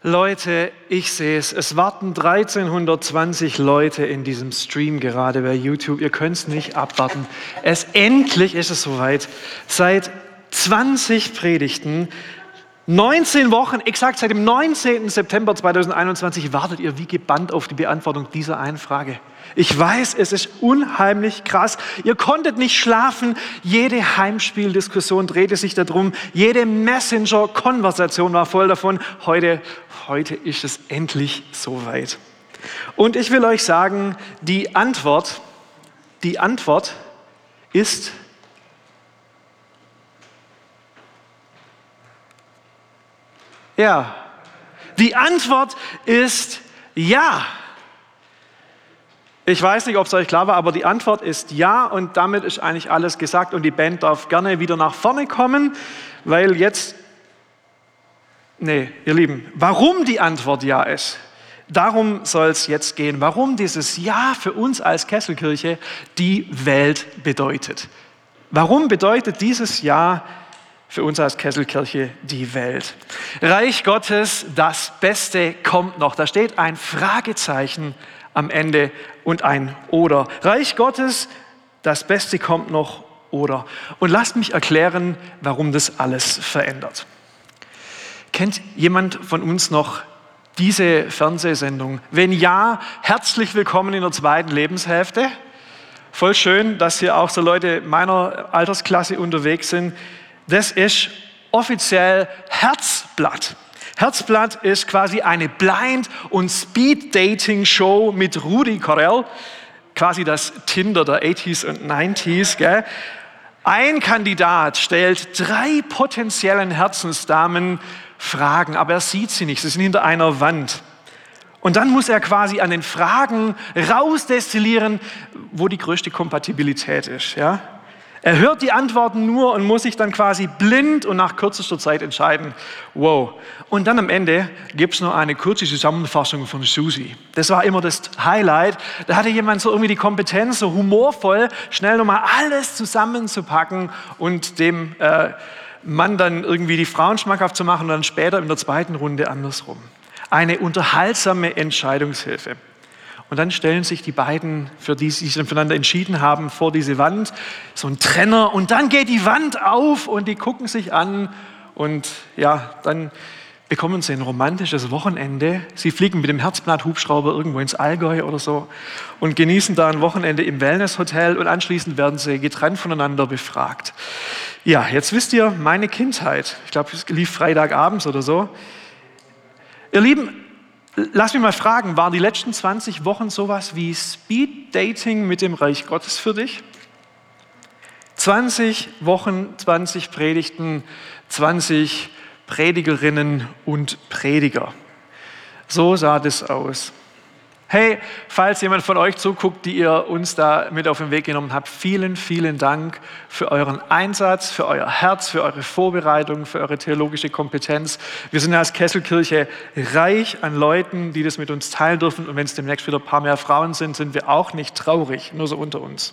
Leute, ich sehe es. Es warten 1320 Leute in diesem Stream gerade bei YouTube. Ihr könnt es nicht abwarten. Endlich ist es soweit. Seit 20 Predigten, 19 Wochen, exakt seit dem 19. September 2021 wartet ihr wie gebannt auf die Beantwortung dieser einen Frage. Ich weiß, es ist unheimlich krass. Ihr konntet nicht schlafen. Jede Heimspieldiskussion drehte sich darum. Jede Messenger-Konversation war voll davon. Heute ist es endlich soweit. Und ich will euch sagen, die Antwort ist ja. Die Antwort ist ja. Ich weiß nicht, ob es euch klar war, aber die Antwort ist ja und damit ist eigentlich alles gesagt und die Band darf gerne wieder nach vorne kommen, weil ihr Lieben, warum die Antwort ja ist, darum soll es jetzt gehen. Warum dieses Ja für uns als Kesselkirche die Welt bedeutet. Warum bedeutet dieses Ja für uns als Kesselkirche die Welt? Reich Gottes, das Beste kommt noch. Da steht ein Fragezeichen am Ende und ein Oder. Reich Gottes, das Beste kommt noch, oder. Und lasst mich erklären, warum das alles verändert. Kennt jemand von uns noch diese Fernsehsendung? Wenn ja, herzlich willkommen in der zweiten Lebenshälfte. Voll schön, dass hier auch so Leute meiner Altersklasse unterwegs sind. Das ist offiziell Herzblatt. Herzblatt ist quasi eine Blind- und Speed-Dating-Show mit Rudi Carrell, quasi das Tinder der 80s und 90s. Gell? Ein Kandidat stellt 3 potenziellen Herzensdamen Fragen, aber er sieht sie nicht, sie sind hinter einer Wand. Und dann muss er quasi an den Fragen rausdestillieren, wo die größte Kompatibilität ist. Ja? Er hört die Antworten nur und muss sich dann quasi blind und nach kürzester Zeit entscheiden. Wow. Und dann am Ende gibt es noch eine kurze Zusammenfassung von Susi. Das war immer das Highlight. Da hatte jemand so irgendwie die Kompetenz, so humorvoll, schnell nochmal alles zusammenzupacken und dem Mann dann irgendwie die Frauen schmackhaft zu machen und dann später in der zweiten Runde andersrum. Eine unterhaltsame Entscheidungshilfe. Und dann stellen sich die beiden, für die sie sich dann füreinander entschieden haben, vor diese Wand, so ein Trenner. Und dann geht die Wand auf und die gucken sich an. Und ja, dann bekommen sie ein romantisches Wochenende. Sie fliegen mit dem Herzblatt-Hubschrauber irgendwo ins Allgäu oder so und genießen da ein Wochenende im Wellness-Hotel. Und anschließend werden sie getrennt voneinander befragt. Ja, jetzt wisst ihr, meine Kindheit, ich glaube, es lief Freitagabends oder so. Ihr Lieben, lass mich mal fragen, waren die letzten 20 Wochen sowas wie Speed-Dating mit dem Reich Gottes für dich? 20 Wochen, 20 Predigten, 20 Predigerinnen und Prediger. So sah das aus. Hey, falls jemand von euch zuguckt, die ihr uns da mit auf den Weg genommen habt, vielen, vielen Dank für euren Einsatz, für euer Herz, für eure Vorbereitung, für eure theologische Kompetenz. Wir sind als Kesselkirche reich an Leuten, die das mit uns teilen dürfen. Und wenn es demnächst wieder ein paar mehr Frauen sind, sind wir auch nicht traurig, nur so unter uns.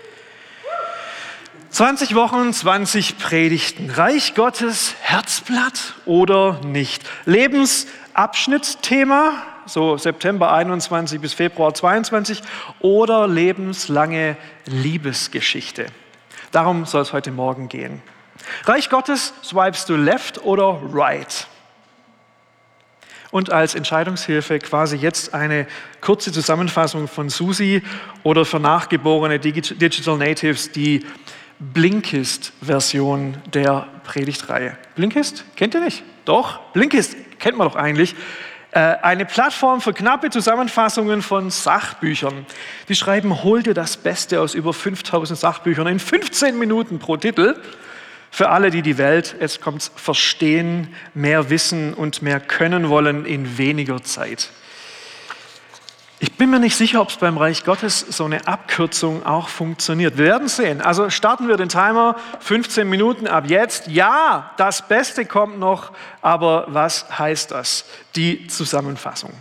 20 Wochen, 20 Predigten. Reich Gottes, Herzblatt oder nicht? Lebensabschnittsthema, so September 21 bis Februar 22, oder lebenslange Liebesgeschichte. Darum soll es heute Morgen gehen. Reich Gottes, swipest du left oder right? Und als Entscheidungshilfe quasi jetzt eine kurze Zusammenfassung von Susi oder für nachgeborene Digital Natives die Blinkist-Version der Predigtreihe. Blinkist? Kennt ihr nicht? Doch, Blinkist kennt man doch eigentlich. Eine Plattform für knappe Zusammenfassungen von Sachbüchern. Die schreiben, hol dir das Beste aus über 5000 Sachbüchern in 15 Minuten pro Titel. Für alle, die die Welt, jetzt kommt's, verstehen, mehr wissen und mehr können wollen in weniger Zeit. Ich bin mir nicht sicher, ob es beim Reich Gottes so eine Abkürzung auch funktioniert. Wir werden sehen. Also starten wir den Timer, 15 Minuten ab jetzt. Ja, das Beste kommt noch, aber was heißt das? Die Zusammenfassung.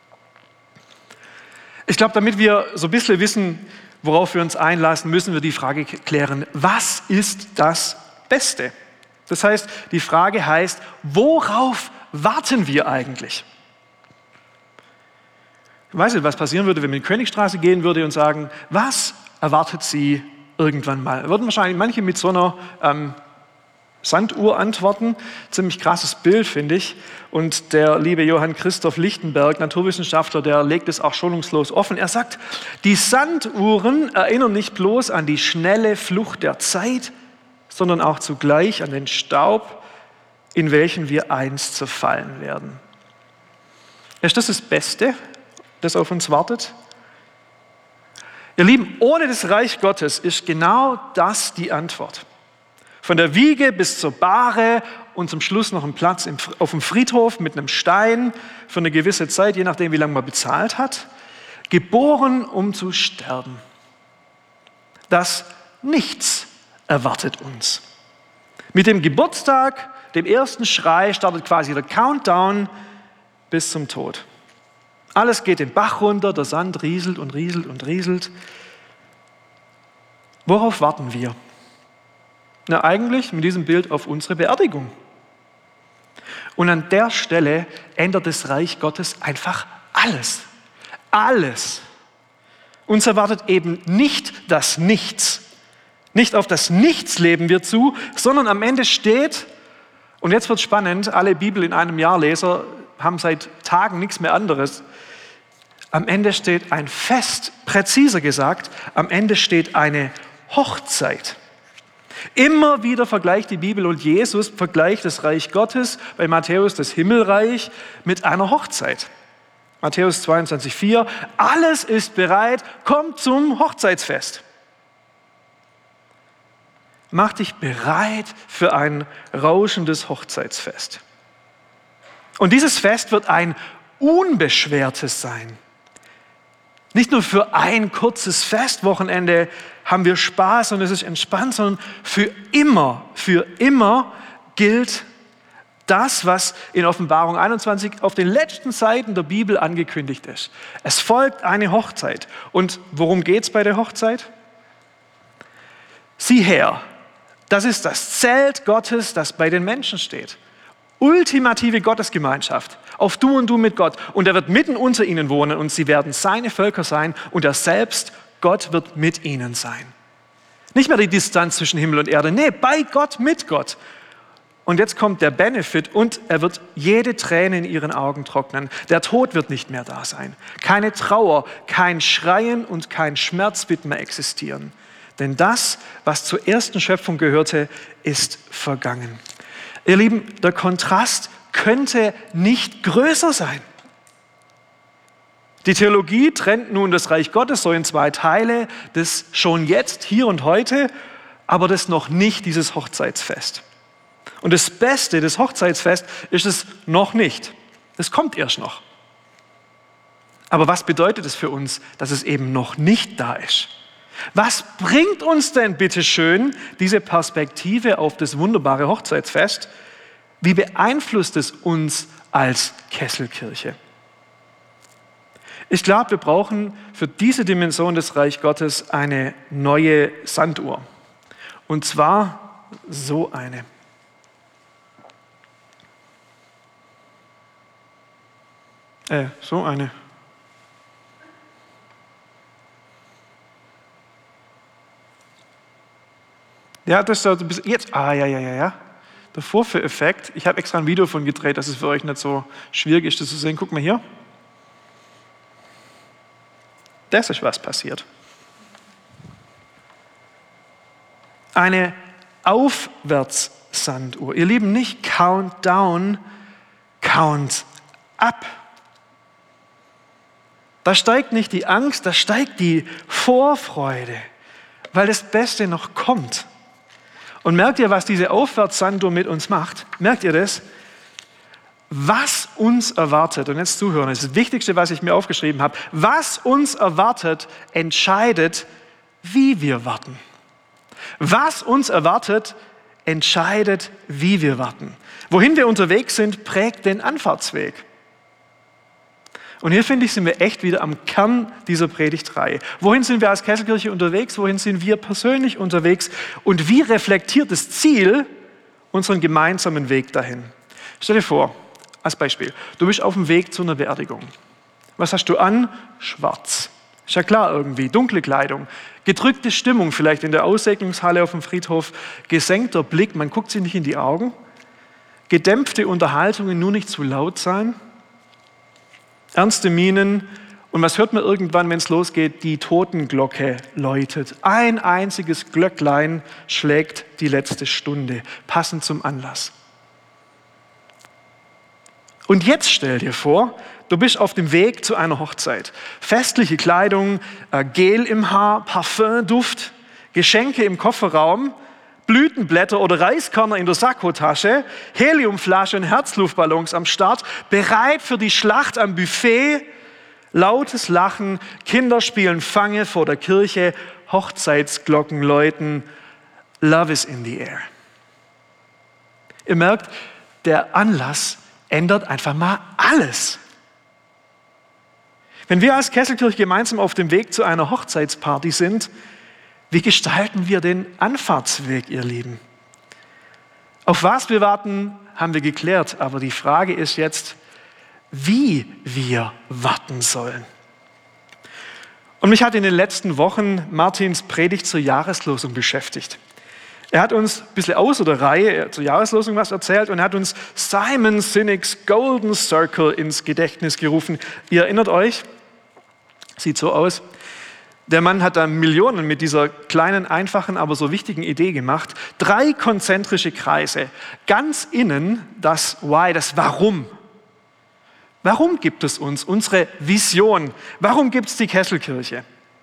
Ich glaube, damit wir so ein bisschen wissen, worauf wir uns einlassen, müssen wir die Frage klären, was ist das Beste? Das heißt, die Frage heißt, worauf warten wir eigentlich? Weißt du, was passieren würde, wenn man in die Königstraße gehen würde und sagen, was erwartet Sie irgendwann mal? Würden wahrscheinlich manche mit so einer Sanduhr antworten. Ziemlich krasses Bild, finde ich. Und der liebe Johann Christoph Lichtenberg, Naturwissenschaftler, der legt es auch schonungslos offen. Er sagt, die Sanduhren erinnern nicht bloß an die schnelle Flucht der Zeit, sondern auch zugleich an den Staub, in welchen wir einst zerfallen werden. Ist das das Beste, das auf uns wartet? Ihr Lieben, ohne das Reich Gottes ist genau das die Antwort. Von der Wiege bis zur Bahre und zum Schluss noch ein Platz auf dem Friedhof mit einem Stein für eine gewisse Zeit, je nachdem, wie lange man bezahlt hat. Geboren, um zu sterben. Das Nichts erwartet uns. Mit dem Geburtstag, dem ersten Schrei, startet quasi der Countdown bis zum Tod. Alles geht den Bach runter, der Sand rieselt und rieselt und rieselt. Worauf warten wir? Na, eigentlich mit diesem Bild auf unsere Beerdigung. Und an der Stelle ändert das Reich Gottes einfach alles. Alles. Uns erwartet eben nicht das Nichts. Nicht auf das Nichts leben wir zu, sondern am Ende steht, und jetzt wird es spannend, alle Bibel in einem Jahr Leser haben seit Tagen nichts mehr anderes. Am Ende steht ein Fest, präziser gesagt, am Ende steht eine Hochzeit. Immer wieder vergleicht die Bibel und Jesus vergleicht das Reich Gottes, bei Matthäus das Himmelreich, mit einer Hochzeit. Matthäus 22,4, alles ist bereit, kommt zum Hochzeitsfest. Mach dich bereit für ein rauschendes Hochzeitsfest. Und dieses Fest wird ein unbeschwertes sein. Nicht nur für ein kurzes Festwochenende haben wir Spaß und es ist entspannt, sondern für immer gilt das, was in Offenbarung 21 auf den letzten Seiten der Bibel angekündigt ist. Es folgt eine Hochzeit. Und worum geht es bei der Hochzeit? Sieh her, das ist das Zelt Gottes, das bei den Menschen steht. Ultimative Gottesgemeinschaft, auf Du und Du mit Gott. Und er wird mitten unter ihnen wohnen und sie werden seine Völker sein und er selbst, Gott, wird mit ihnen sein. Nicht mehr die Distanz zwischen Himmel und Erde, nee, bei Gott, mit Gott. Und jetzt kommt der Benefit und er wird jede Träne in ihren Augen trocknen. Der Tod wird nicht mehr da sein. Keine Trauer, kein Schreien und kein Schmerz wird mehr existieren. Denn das, was zur ersten Schöpfung gehörte, ist vergangen. Ihr Lieben, der Kontrast könnte nicht größer sein. Die Theologie trennt nun das Reich Gottes so in zwei Teile, das schon jetzt, hier und heute, aber das noch nicht, dieses Hochzeitsfest. Und das Beste, das Hochzeitsfest, ist es noch nicht. Es kommt erst noch. Aber was bedeutet es für uns, dass es eben noch nicht da ist? Was bringt uns denn bitte schön diese Perspektive auf das wunderbare Hochzeitsfest? Wie beeinflusst es uns als Kesselkirche? Ich glaube, wir brauchen für diese Dimension des Reich Gottes eine neue Sanduhr. Und zwar so eine. So eine. Ja, das ist so ein bisschen, jetzt, ja. Der Vorführeffekt, ich habe extra ein Video von gedreht, dass es für euch nicht so schwierig ist, das zu sehen. Guck mal hier. Das ist was passiert. Eine Aufwärtssanduhr. Ihr Lieben, nicht Countdown, Count up. Da steigt nicht die Angst, da steigt die Vorfreude, weil das Beste noch kommt. Und merkt ihr, was diese Aufwärtssanduhr mit uns macht? Merkt ihr das? Was uns erwartet, und jetzt zuhören, das ist das Wichtigste, was ich mir aufgeschrieben habe, was uns erwartet, entscheidet, wie wir warten. Was uns erwartet, entscheidet, wie wir warten. Wohin wir unterwegs sind, prägt den Anfahrtsweg. Und hier, finde ich, sind wir echt wieder am Kern dieser Predigtreihe. Wohin sind wir als Kesselkirche unterwegs? Wohin sind wir persönlich unterwegs? Und wie reflektiert das Ziel unseren gemeinsamen Weg dahin? Stell dir vor, als Beispiel, du bist auf dem Weg zu einer Beerdigung. Was hast du an? Schwarz. Ist ja klar irgendwie. Dunkle Kleidung. Gedrückte Stimmung vielleicht in der Aussegnungshalle auf dem Friedhof. Gesenkter Blick, man guckt sich nicht in die Augen. Gedämpfte Unterhaltungen, nur nicht zu laut sein. Ernste Mienen. Und was hört man irgendwann, wenn es losgeht? Die Totenglocke läutet. Ein einziges Glöcklein schlägt die letzte Stunde, passend zum Anlass. Und jetzt stell dir vor, du bist auf dem Weg zu einer Hochzeit. Festliche Kleidung, Gel im Haar, Parfümduft, Geschenke im Kofferraum, Blütenblätter oder Reiskörner in der Sakkotasche, Heliumflasche und Herzluftballons am Start, bereit für die Schlacht am Buffet, lautes Lachen, Kinder spielen Fange vor der Kirche, Hochzeitsglocken läuten, Love is in the air. Ihr merkt, der Anlass ändert einfach mal alles. Wenn wir als Kesselkirche gemeinsam auf dem Weg zu einer Hochzeitsparty sind, wie gestalten wir den Anfahrtsweg, ihr Lieben? Auf was wir warten, haben wir geklärt, aber die Frage ist jetzt, wie wir warten sollen. Und mich hat in den letzten Wochen Martins Predigt zur Jahreslosung beschäftigt. Er hat uns ein bisschen außer der Reihe zur Jahreslosung was erzählt und er hat uns Simon Sinek's Golden Circle ins Gedächtnis gerufen. Ihr erinnert euch? Sieht so aus. Der Mann hat da Millionen mit dieser kleinen, einfachen, aber so wichtigen Idee gemacht. 3 konzentrische Kreise. Ganz innen das Why, das Warum. Warum gibt es uns unsere Vision? Warum gibt es die Kesselkirche?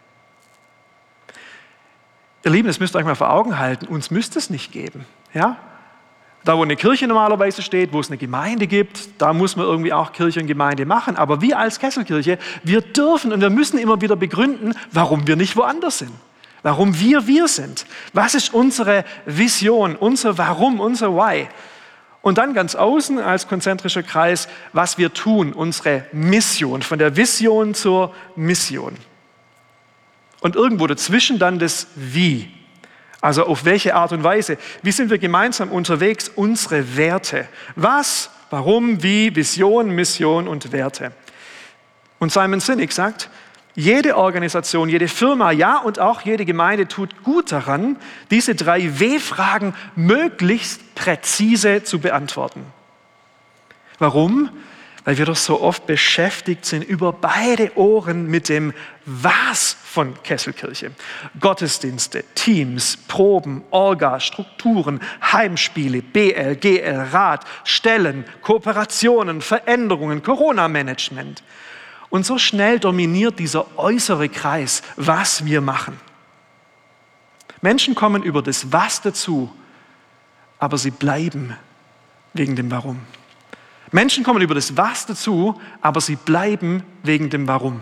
Ihr Lieben, das müsst ihr euch mal vor Augen halten, uns müsste es nicht geben. Ja? Da, wo eine Kirche normalerweise steht, wo es eine Gemeinde gibt, da muss man irgendwie auch Kirche und Gemeinde machen. Aber wir als Kesselkirche, wir dürfen und wir müssen immer wieder begründen, warum wir nicht woanders sind. Warum wir sind. Was ist unsere Vision, unser Warum, unser Why? Und dann ganz außen als konzentrischer Kreis, was wir tun, unsere Mission, von der Vision zur Mission. Und irgendwo dazwischen dann das Wie. Also auf welche Art und Weise. Wie sind wir gemeinsam unterwegs? Unsere Werte. Was, warum, wie, Vision, Mission und Werte. Und Simon Sinek sagt, jede Organisation, jede Firma, ja und auch jede Gemeinde tut gut daran, diese 3 W-Fragen möglichst präzise zu beantworten. Warum? Weil wir doch so oft beschäftigt sind über beide Ohren mit dem Was von Kesselkirche. Gottesdienste, Teams, Proben, Orga, Strukturen, Heimspiele, BL, GL, Rat, Stellen, Kooperationen, Veränderungen, Corona-Management. Und so schnell dominiert dieser äußere Kreis, was wir machen. Menschen kommen über das Was dazu, aber sie bleiben wegen dem Warum. Menschen kommen über das Was dazu, aber sie bleiben wegen dem Warum.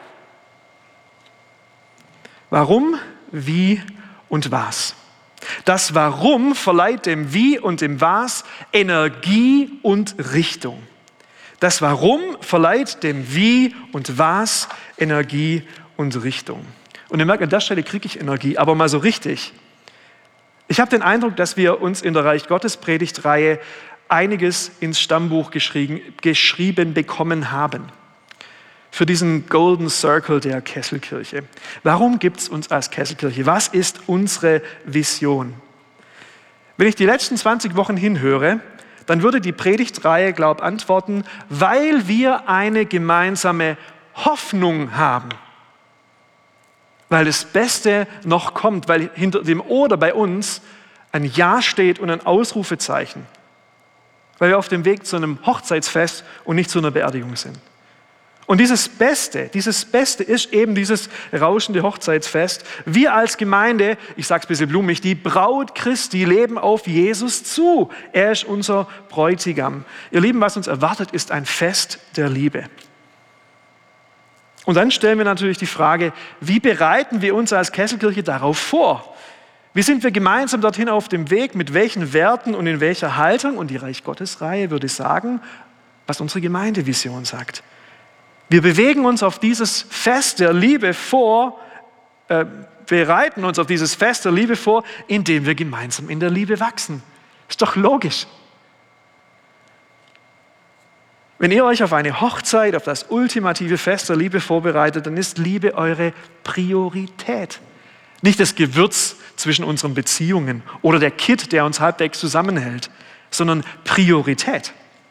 Warum, wie und was. Das Warum verleiht dem Wie und dem Was Energie und Richtung. Das Warum verleiht dem Wie und Was Energie und Richtung. Und ihr merkt, an der Stelle kriege ich Energie, aber mal so richtig. Ich habe den Eindruck, dass wir uns in der Reich Gottes Predigtreihe einiges ins Stammbuch geschrieben bekommen haben. Für diesen Golden Circle der Kesselkirche. Warum gibt es uns als Kesselkirche? Was ist unsere Vision? Wenn ich die letzten 20 Wochen hinhöre, dann würde die Predigtreihe, antworten, weil wir eine gemeinsame Hoffnung haben. Weil das Beste noch kommt, weil hinter dem Oder bei uns ein Ja steht und ein Ausrufezeichen. Weil wir auf dem Weg zu einem Hochzeitsfest und nicht zu einer Beerdigung sind. Und dieses Beste ist eben dieses rauschende Hochzeitsfest. Wir als Gemeinde, ich sage es ein bisschen blumig, die Braut Christi leben auf Jesus zu. Er ist unser Bräutigam. Ihr Lieben, was uns erwartet, ist ein Fest der Liebe. Und dann stellen wir natürlich die Frage, wie bereiten wir uns als Kesselkirche darauf vor? Wie sind wir gemeinsam dorthin auf dem Weg, mit welchen Werten und in welcher Haltung? Und die Reich Gottes Reihe würde sagen, was unsere Gemeindevision sagt. Wir bewegen uns auf dieses Fest der Liebe vor, bereiten uns auf dieses Fest der Liebe vor, indem wir gemeinsam in der Liebe wachsen. Ist doch logisch. Wenn ihr euch auf eine Hochzeit, auf das ultimative Fest der Liebe vorbereitet, dann ist Liebe eure Priorität. Nicht das Gewürz zwischen unseren Beziehungen oder der Kitt, der uns halbwegs zusammenhält, sondern Priorität.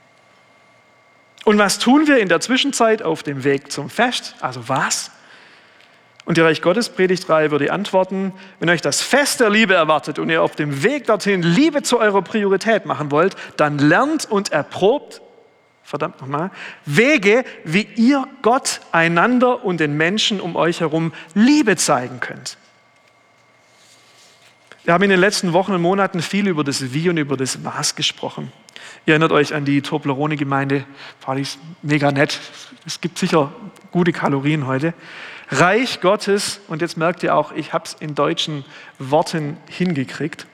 Und was tun wir in der Zwischenzeit auf dem Weg zum Fest? Also was? Und die Reich Gottes Predigtreihe würde antworten: Wenn euch das Fest der Liebe erwartet und ihr auf dem Weg dorthin Liebe zu eurer Priorität machen wollt, dann lernt und erprobt, verdammt nochmal, Wege, wie ihr Gott, einander und den Menschen um euch herum Liebe zeigen könnt. Wir haben in den letzten Wochen und Monaten viel über das Wie und über das Was gesprochen. Ihr erinnert euch an die Toblerone-Gemeinde, war die mega nett. Es gibt sicher gute Kalorien heute. Reich Gottes, und jetzt merkt ihr auch, ich habe es in deutschen Worten hingekriegt.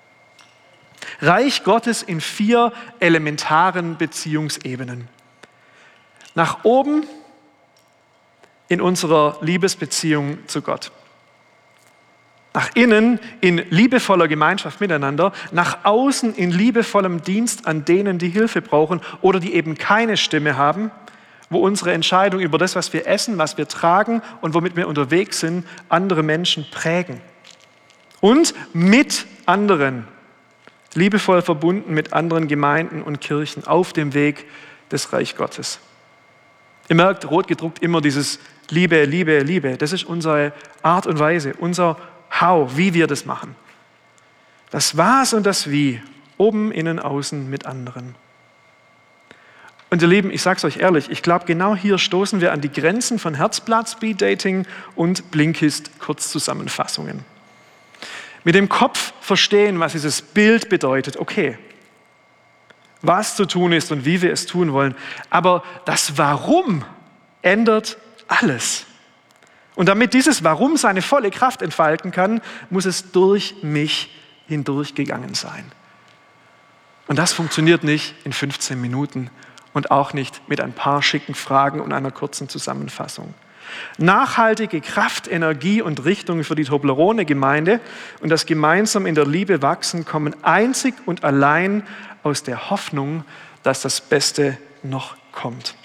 Reich Gottes in 4 elementaren Beziehungsebenen. Nach oben in unserer Liebesbeziehung zu Gott. Nach innen in liebevoller Gemeinschaft miteinander, nach außen in liebevollem Dienst an denen, die Hilfe brauchen oder die eben keine Stimme haben, wo unsere Entscheidung über das, was wir essen, was wir tragen und womit wir unterwegs sind, andere Menschen prägen. Und mit anderen, liebevoll verbunden mit anderen Gemeinden und Kirchen auf dem Weg des Reich Gottes. Ihr merkt, rot gedruckt immer dieses Liebe, Liebe, Liebe. Das ist unsere Art und Weise, unser How, wie wir das machen. Das Was und das Wie, oben, innen, außen mit anderen. Und ihr Lieben, ich sage es euch ehrlich, ich glaube, genau hier stoßen wir an die Grenzen von Herzblatt, Speeddating und Blinkist-Kurzzusammenfassungen. Mit dem Kopf verstehen, was dieses Bild bedeutet, okay, was zu tun ist und wie wir es tun wollen. Aber das Warum ändert alles. Und damit dieses Warum seine volle Kraft entfalten kann, muss es durch mich hindurchgegangen sein. Und das funktioniert nicht in 15 Minuten und auch nicht mit ein paar schicken Fragen und einer kurzen Zusammenfassung. Nachhaltige Kraft, Energie und Richtung für die Toblerone-Gemeinde und das gemeinsam in der Liebe wachsen kommen einzig und allein aus der Hoffnung, dass das Beste noch kommt.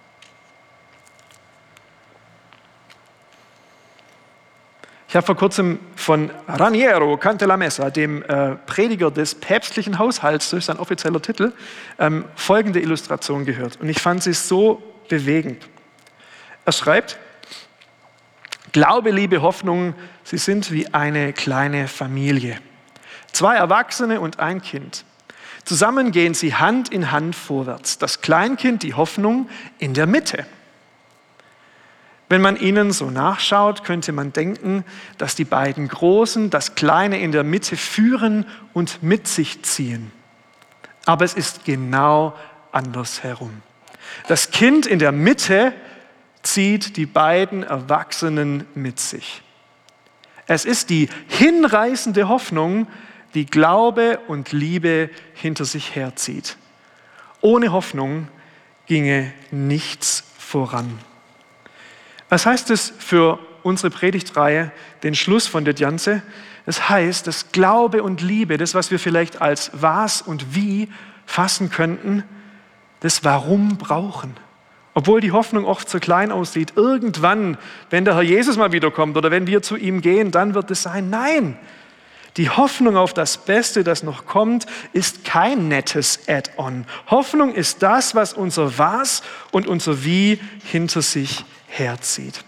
Ich habe vor kurzem von Raniero Cantalamessa, dem Prediger des päpstlichen Haushalts, das ist sein offizieller Titel, folgende Illustration gehört. Und ich fand sie so bewegend. Er schreibt: Glaube, Liebe, Hoffnung, sie sind wie eine kleine Familie. 2 Erwachsene und ein Kind. Zusammen gehen sie Hand in Hand vorwärts. Das Kleinkind, die Hoffnung, in der Mitte. Wenn man ihnen so nachschaut, könnte man denken, dass die beiden Großen das Kleine in der Mitte führen und mit sich ziehen. Aber es ist genau andersherum. Das Kind in der Mitte zieht die beiden Erwachsenen mit sich. Es ist die hinreißende Hoffnung, die Glaube und Liebe hinter sich herzieht. Ohne Hoffnung ginge nichts voran. Was heißt es für unsere Predigtreihe, den Schluss von der Janze? Das heißt, dass Glaube und Liebe, das, was wir vielleicht als Was und Wie fassen könnten, das Warum brauchen. Obwohl die Hoffnung oft so klein aussieht. Irgendwann, wenn der Herr Jesus mal wiederkommt oder wenn wir zu ihm gehen, dann wird es sein. Nein, die Hoffnung auf das Beste, das noch kommt, ist kein nettes Add-on. Hoffnung ist das, was unser Was und unser Wie hinter sich herzieht.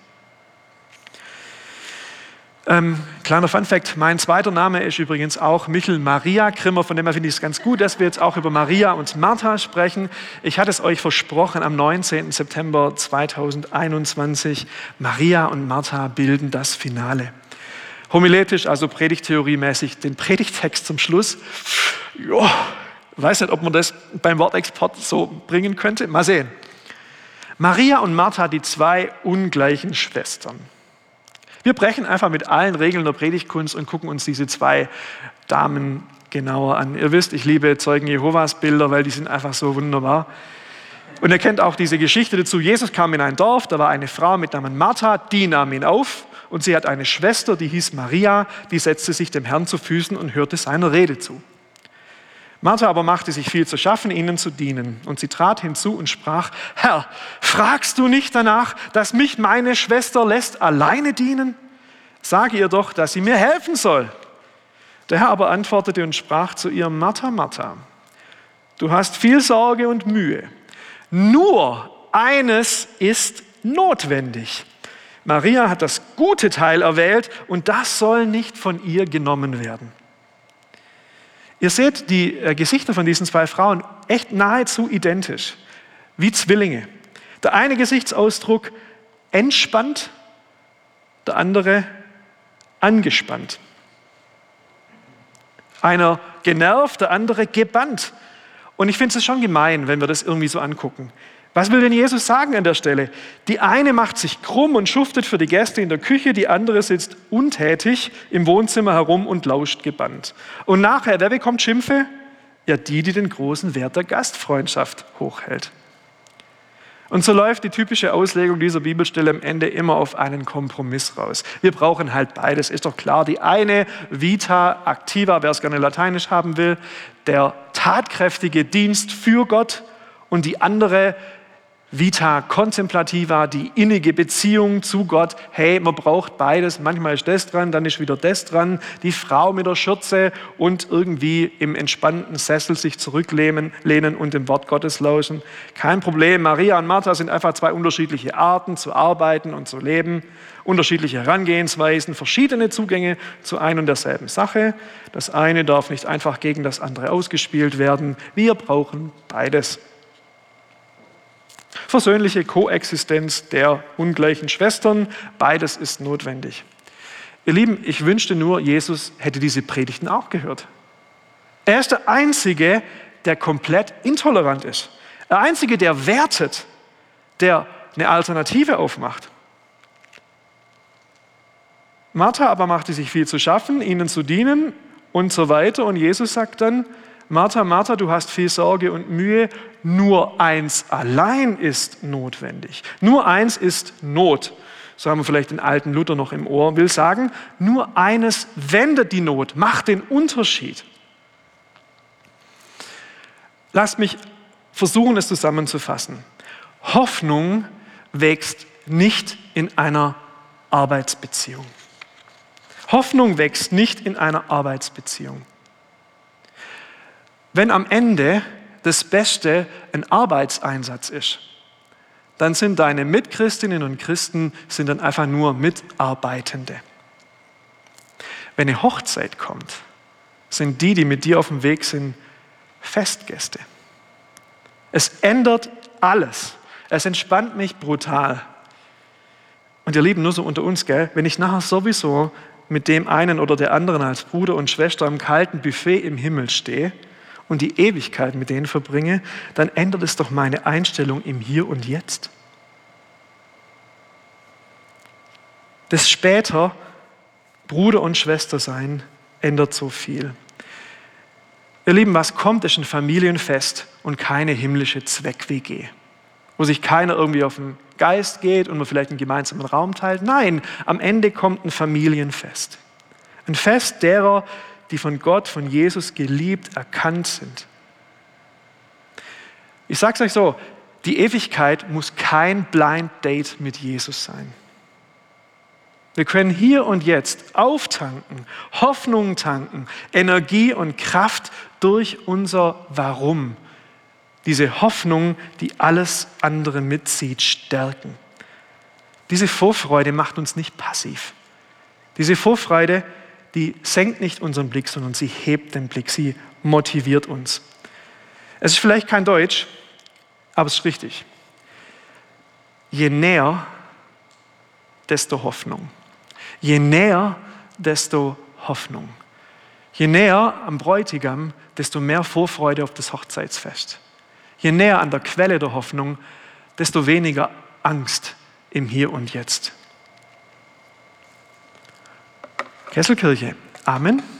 Kleiner Funfact, mein zweiter Name ist übrigens auch Michel Maria Grimmer, von dem her finde ich es ganz gut, dass wir jetzt auch über Maria und Martha sprechen. Ich hatte es euch versprochen, am 19. September 2021, Maria und Martha bilden das Finale. Homiletisch, also predigttheoriemäßig, den Predigtext zum Schluss. Ja, weiß nicht, ob man das beim Wortexport so bringen könnte. Mal sehen. Maria und Martha, die 2 ungleichen Schwestern. Wir brechen einfach mit allen Regeln der Predigtkunst und gucken uns diese 2 Damen genauer an. Ihr wisst, ich liebe Zeugen Jehovas Bilder, weil die sind einfach so wunderbar. Und ihr kennt auch diese Geschichte dazu. Jesus kam in ein Dorf, da war eine Frau mit Namen Martha, die nahm ihn auf und sie hat eine Schwester, die hieß Maria, die setzte sich dem Herrn zu Füßen und hörte seiner Rede zu. Martha aber machte sich viel zu schaffen, ihnen zu dienen. Und sie trat hinzu und sprach: Herr, fragst du nicht danach, dass mich meine Schwester lässt alleine dienen? Sage ihr doch, dass sie mir helfen soll. Der Herr aber antwortete und sprach zu ihr: Martha, Martha, du hast viel Sorge und Mühe. Nur eines ist notwendig. Maria hat das gute Teil erwählt und das soll nicht von ihr genommen werden. Ihr seht die Gesichter von diesen zwei Frauen echt nahezu identisch, wie Zwillinge. Der eine Gesichtsausdruck entspannt, der andere angespannt. Einer genervt, der andere gebannt. Und ich finde es schon gemein, wenn wir das irgendwie so angucken. Was will denn Jesus sagen an der Stelle? Die eine macht sich krumm und schuftet für die Gäste in der Küche, die andere sitzt untätig im Wohnzimmer herum und lauscht gebannt. Und nachher, wer bekommt Schimpfe? Ja, die den großen Wert der Gastfreundschaft hochhält. Und so läuft die typische Auslegung dieser Bibelstelle am Ende immer auf einen Kompromiss raus. Wir brauchen halt beides, ist doch klar. Die eine Vita activa, wer es gerne lateinisch haben will, der tatkräftige Dienst für Gott, und die andere Vita contemplativa, die innige Beziehung zu Gott. Hey, man braucht beides. Manchmal ist das dran, dann ist wieder das dran. Die Frau mit der Schürze und irgendwie im entspannten Sessel sich zurücklehnen und dem Wort Gottes lauschen. Kein Problem. Maria und Martha sind einfach zwei unterschiedliche Arten zu arbeiten und zu leben. Unterschiedliche Herangehensweisen, verschiedene Zugänge zu ein und derselben Sache. Das eine darf nicht einfach gegen das andere ausgespielt werden. Wir brauchen beides. Versöhnliche Koexistenz der ungleichen Schwestern, beides ist notwendig. Ihr Lieben, ich wünschte nur, Jesus hätte diese Predigten auch gehört. Er ist der Einzige, der komplett intolerant ist. Der Einzige, der wertet, der eine Alternative aufmacht. Martha aber machte sich viel zu schaffen, ihnen zu dienen und so weiter. Und Jesus sagt dann: Martha, Martha, du hast viel Sorge und Mühe, nur eins allein ist notwendig. Nur eins ist Not. So haben wir vielleicht den alten Luther noch im Ohr, will sagen, nur eines wendet die Not, macht den Unterschied. Lasst mich versuchen, es zusammenzufassen. Hoffnung wächst nicht in einer Arbeitsbeziehung. Hoffnung wächst nicht in einer Arbeitsbeziehung. Wenn am Ende das Beste ein Arbeitseinsatz ist, dann sind deine Mitchristinnen und Christen dann einfach nur Mitarbeitende. Wenn eine Hochzeit kommt, sind die mit dir auf dem Weg sind, Festgäste. Es ändert alles. Es entspannt mich brutal. Und ihr Lieben, nur so unter uns, gell? Wenn ich nachher sowieso mit dem einen oder der anderen als Bruder und Schwester am kalten Buffet im Himmel stehe und die Ewigkeit mit denen verbringe, dann ändert es doch meine Einstellung im Hier und Jetzt. Das später Bruder und Schwester sein ändert so viel. Ihr Lieben, was kommt, ist ein Familienfest und keine himmlische Zweck-WG, wo sich keiner irgendwie auf den Geist geht und man vielleicht einen gemeinsamen Raum teilt. Nein, am Ende kommt ein Familienfest. Ein Fest derer, die von Gott, von Jesus geliebt, erkannt sind. Ich sage es euch so, die Ewigkeit muss kein Blind Date mit Jesus sein. Wir können hier und jetzt auftanken, Hoffnung tanken, Energie und Kraft durch unser Warum. Diese Hoffnung, die alles andere mitzieht, stärken. Diese Vorfreude macht uns nicht passiv. Diese Vorfreude, die senkt nicht unseren Blick, sondern sie hebt den Blick, sie motiviert uns. Es ist vielleicht kein Deutsch, aber es ist richtig. Je näher, desto Hoffnung. Je näher, desto Hoffnung. Je näher am Bräutigam, desto mehr Vorfreude auf das Hochzeitsfest. Je näher an der Quelle der Hoffnung, desto weniger Angst im Hier und Jetzt. Kesselkirche. Amen.